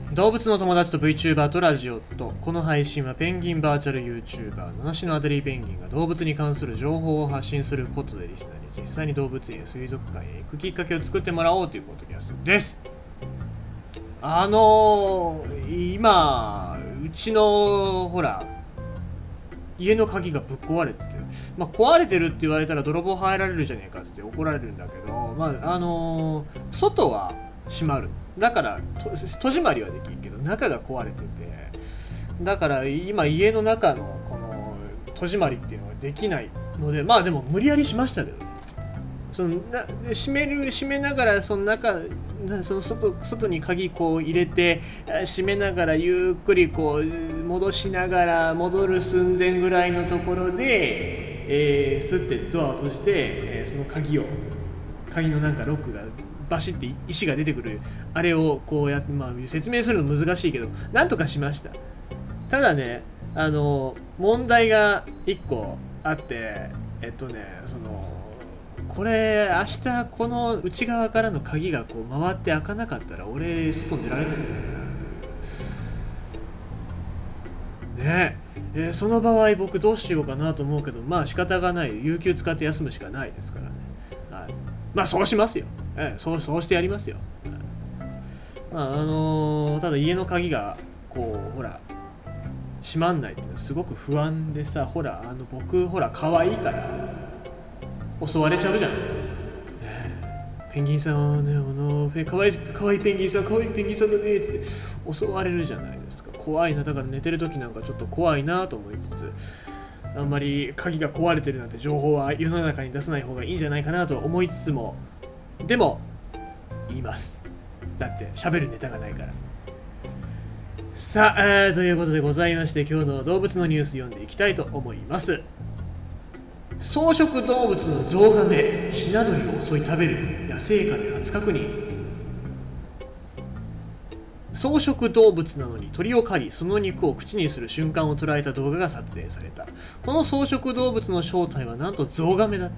動物の友達と VTuber とラジオと、この配信はペンギンバーチャル YouTuber 七種のアデリーペンギンが動物に関する情報を発信することでリスナーに実際に動物園や水族館へ行くきっかけを作ってもらおうというポッドキャストです。今うちのほら家の鍵がぶっ壊れてて、壊れてるって言われたら泥棒入られるじゃねえかって怒られるんだけど、外は閉まる。だから戸締まりはできるけど中が壊れてて、だから今家の中のこの戸締まりっていうのができないので、でも無理やりしましたけどね。閉めながらその外に鍵こう入れて閉めながらゆっくりこう戻しながら戻る寸前ぐらいのところで、スッてドアを閉じて、その鍵のなんかロックがバシッて石が出てくるあれをこうやって、説明するの難しいけどなんとかしました。ただね、問題が1個あって、これ明日この内側からの鍵がこう回って開かなかったら俺外に出られないんじゃないかなね。その場合僕どうしようかなと思うけど、仕方がない。有給使って休むしかないですからね。はい、そうしますよ。そうしてやりますよ。ただ家の鍵がこうほら閉まんないってすごく不安でさ、僕可愛いから襲われちゃうじゃん。ペンギンさんはね、かわいいペンギンさんだねって襲われるじゃないですか。怖いな。だから寝てる時なんかちょっと怖いなと思いつつ、あんまり鍵が壊れてるなんて情報は世の中に出さない方がいいんじゃないかなと思いつつも、でも言います。だって喋るネタがないから。さあ、ということでございまして、今日の動物のニュース読んでいきたいと思います。草食動物のゾウガメ、ヒナ鳥を襲い食べる野生下で初確認。草食動物なのに鳥を狩り、その肉を口にする瞬間を捉えた動画が撮影された。この草食動物の正体はなんとゾウガメだった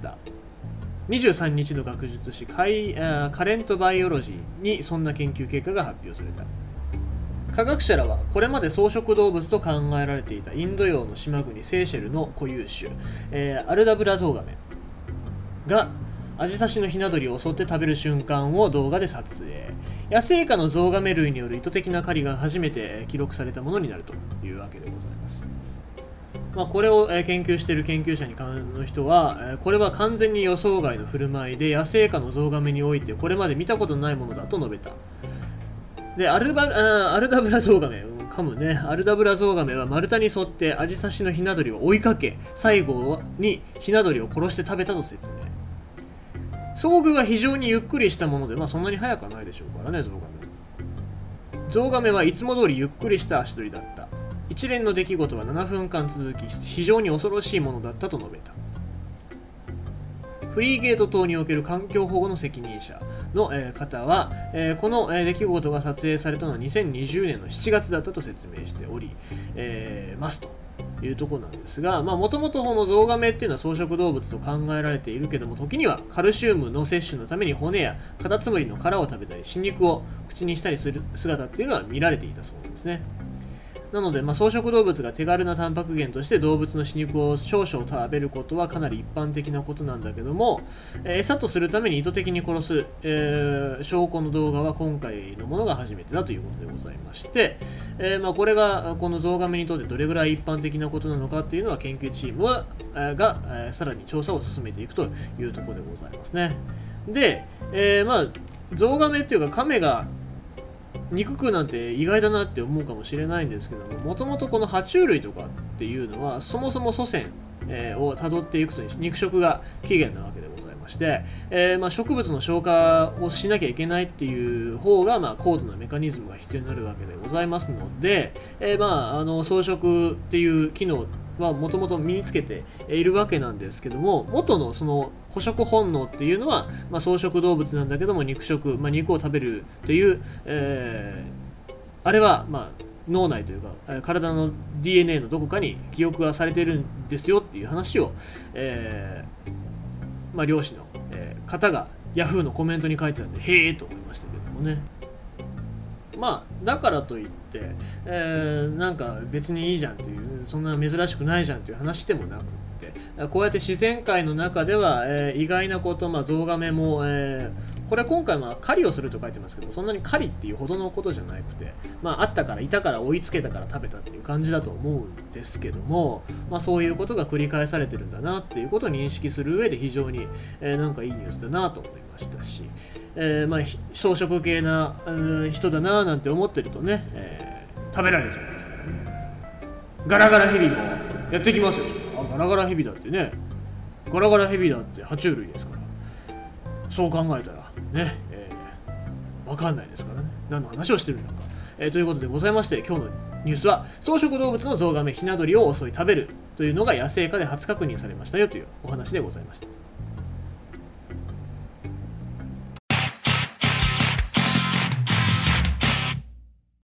。23日の学術誌カレントバイオロジーにそんな研究結果が発表された。科学者らはこれまで草食動物と考えられていたインド洋の島国セーシェルの固有種、アルダブラゾウガメがアジサシのヒナ鳥を襲って食べる瞬間を動画で撮影。野生下のゾウガメ類による意図的な狩りが初めて記録されたものになるというわけでございます。これを研究している研究者の人は、これは完全に予想外の振る舞いで野生下のゾウガメにおいてこれまで見たことのないものだと述べた。でアルダブラゾウガメアルダブラゾウガメは丸太に沿ってアジサシのヒナ鳥を追いかけ、最後にヒナ鳥を殺して食べたと説明。遭遇は非常にゆっくりしたもので、そんなに速くはないでしょうからね。ゾウガメはいつも通りゆっくりした足取りだった。一連の出来事は7分間続き、非常に恐ろしいものだったと述べた。フリーゲート島における環境保護の責任者の方は、この出来事が撮影されたのは2020年の7月だったと説明しておりますというところなんですが、もともとこのゾウガメっていうのは草食動物と考えられているけども、時にはカルシウムの摂取のために骨やカタツムリの殻を食べたり死肉を口にしたりする姿っていうのは見られていたそうなんですね。なので、草食動物が手軽なタンパク源として動物の死肉を少々食べることはかなり一般的なことなんだけども、餌とするために意図的に殺す、証拠の動画は今回のものが初めてだということでございまして、これがこのゾウガメにとってどれぐらい一般的なことなのかっていうのは研究チームがさらに調査を進めていくというところでございますね。で、ゾウガメっていうかカメが肉食うなんて意外だなって思うかもしれないんですけども、もともとこの爬虫類とかっていうのはそもそも祖先をたどっていくと肉食が起源なわけでございまして、植物の消化をしなきゃいけないっていう方が高度なメカニズムが必要になるわけでございますので、草食っていう機能はもともと身につけているわけなんですけども、元のその捕食本能っていうのは、草食動物なんだけども肉食、肉を食べるという、あれは脳内というか体の DNA のどこかに記憶がされているんですよっていう話を、漁師の、方が Yahoo のコメントに書いてたんでへーと思いましたけどもね。 だからといって、なんか別にいいじゃんっていう、そんな珍しくないじゃんっていう話でもなくって、こうやって自然界の中では、意外なこと、ゾウガメも、これ今回狩りをすると書いてますけど、そんなに狩りっていうほどのことじゃなくて、あったからいたから追いつけたから食べたっていう感じだと思うんですけども、そういうことが繰り返されてるんだなっていうことを認識する上で非常に、なんかいいニュースだなと思いましたし、草食系な、人だななんて思ってるとね、食べられちゃうんですからね。ガラガラヘビもやってきますよ。ガラガラヘビだってね、ガラガラヘビだって爬虫類ですから、そう考えたらね、わかんないですからね、何の話をしてるのか、ということでございまして、今日のニュースは草食動物のゾウガメヒナ鳥を襲い食べるというのが野生下で初確認されましたよというお話でございました。